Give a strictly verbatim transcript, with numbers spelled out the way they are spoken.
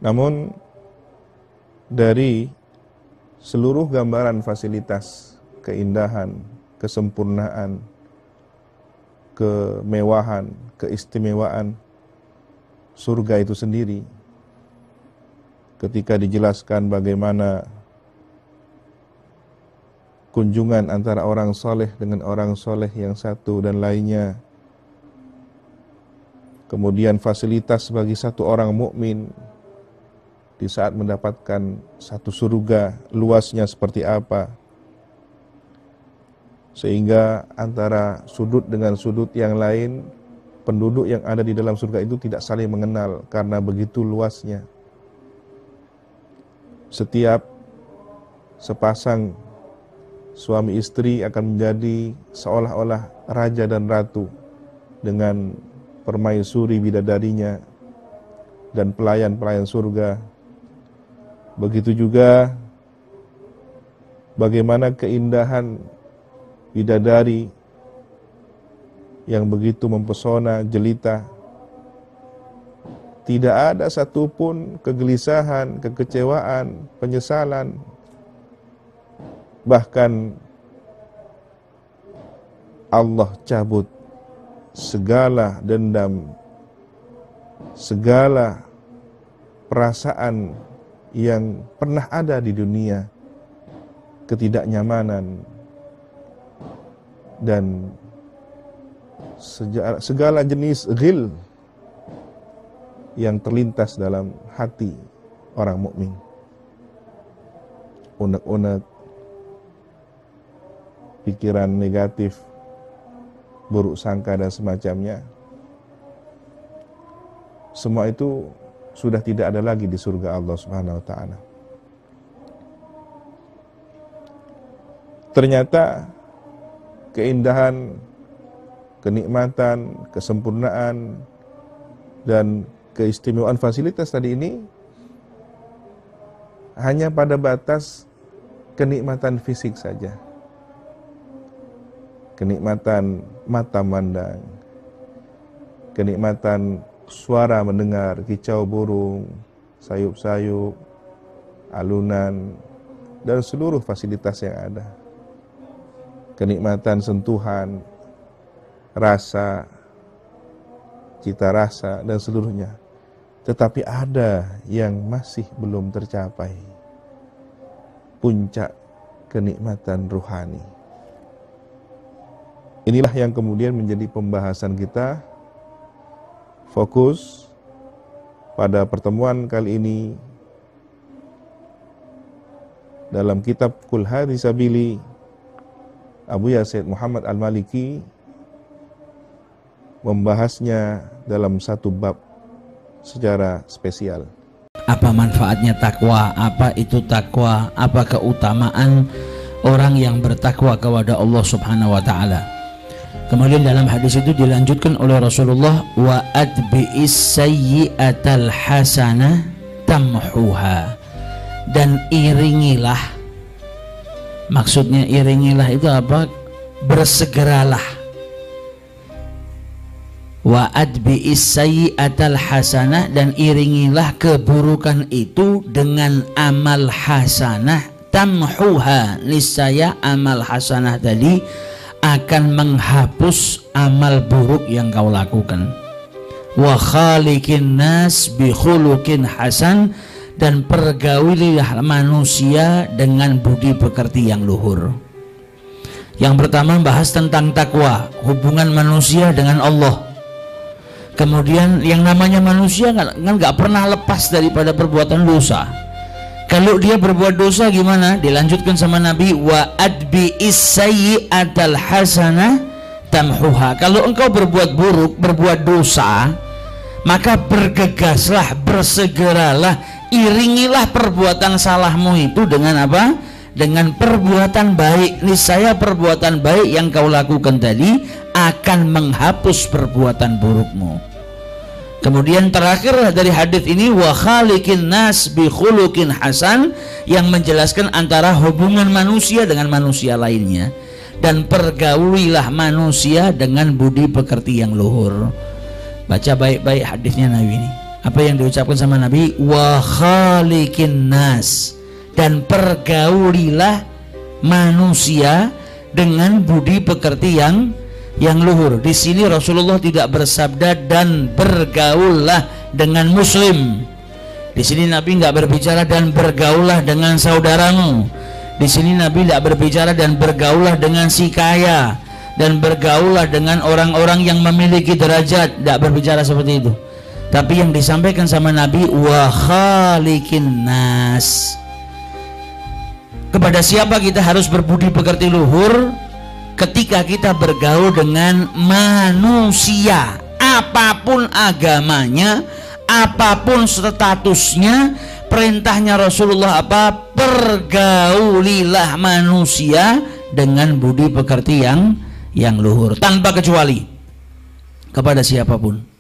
Namun dari seluruh gambaran fasilitas, keindahan, kesempurnaan, kemewahan, keistimewaan surga itu sendiri, ketika dijelaskan bagaimana kunjungan antara orang soleh dengan orang soleh yang satu dan lainnya, kemudian fasilitas bagi satu orang mukmin di saat mendapatkan satu surga, luasnya seperti apa, sehingga antara sudut dengan sudut yang lain, penduduk yang ada di dalam surga itu tidak saling mengenal karena begitu luasnya. Setiap sepasang suami istri akan menjadi seolah-olah raja dan ratu dengan permaisuri bidadarinya dan pelayan-pelayan surga. Begitu juga bagaimana keindahan bidadari yang begitu mempesona, jelita. Tidak ada satupun kegelisahan, kekecewaan, penyesalan. Bahkan Allah cabut segala dendam, segala perasaan yang pernah ada di dunia, ketidaknyamanan, dan segala jenis ghil yang terlintas dalam hati orang mukmin. Unek-unek, pikiran negatif, buruk sangka dan semacamnya, semua itu sudah tidak ada lagi di surga Allah Subhanahu wa taala. Ternyata keindahan, kenikmatan, kesempurnaan, dan keistimewaan fasilitas tadi ini hanya pada batas kenikmatan fisik saja. Kenikmatan mata mandang, kenikmatan suara mendengar, kicau burung, sayup-sayup, alunan, dan seluruh fasilitas yang ada. Kenikmatan sentuhan, rasa, cita rasa, dan seluruhnya. Tetapi ada yang masih belum tercapai. Puncak kenikmatan ruhani. Inilah yang kemudian menjadi pembahasan kita. Fokus pada pertemuan kali ini dalam kitab Qul Hadhihi Sabili Abuya Sayyid Muhammad Al-Maliki, membahasnya dalam satu bab secara spesial. Apa manfaatnya takwa? Apa itu takwa? Apa keutamaan orang yang bertakwa kepada Allah Subhanahu wa taala? Kemudian dalam hadis itu dilanjutkan oleh Rasulullah, wa atbi'is sayyi'atal hasanah tamhuha, dan iringilah. Maksudnya iringilah itu apa? Bersegeralah. Wa atbi'is sayyi'atal hasanah, dan iringilah keburukan itu dengan amal hasanah tamhuha. Niscaya amal hasanah tadi akan menghapus amal buruk yang kau lakukan. Wa khaliqin nas bi khuluqin hasan, dan pergaulilah manusia dengan budi pekerti yang luhur. Yang pertama bahas tentang takwa, hubungan manusia dengan Allah. Kemudian yang namanya manusia kan nggak pernah lepas daripada perbuatan dosa. Kalau dia berbuat dosa gimana? Dilanjutkan sama Nabi, wa adbi'is sayyi'atal hasanah tamhuha. Kalau engkau berbuat buruk, berbuat dosa, maka bergegaslah, bersegeralah, iringilah perbuatan salahmu itu dengan apa? Dengan perbuatan baik. Niscaya perbuatan baik yang kau lakukan tadi akan menghapus perbuatan burukmu. Kemudian terakhir dari hadis ini, wa khaliqin nas bi khuluqin hasan, yang menjelaskan antara hubungan manusia dengan manusia lainnya, dan pergaulilah manusia dengan budi pekerti yang luhur. Baca baik-baik hadisnya Nabi ini. Apa yang diucapkan sama Nabi? Wa khaliqin nas, dan pergaulilah manusia dengan budi pekerti yang yang luhur. Di sini Rasulullah tidak bersabda dan bergaullah dengan muslim. Di sini Nabi nggak berbicara dan bergaullah dengan saudaramu. Di sini Nabi tidak berbicara dan bergaullah dengan si kaya dan bergaullah dengan orang-orang yang memiliki derajat. Tidak berbicara seperti itu. Tapi yang disampaikan sama Nabi, wa khaliqin nas. Kepada siapa kita harus berbudi pekerti luhur? Ketika kita bergaul dengan manusia, apapun agamanya, apapun statusnya, perintahnya Rasulullah apa? Pergaulilah manusia dengan budi pekerti yang yang luhur, tanpa kecuali, kepada siapapun.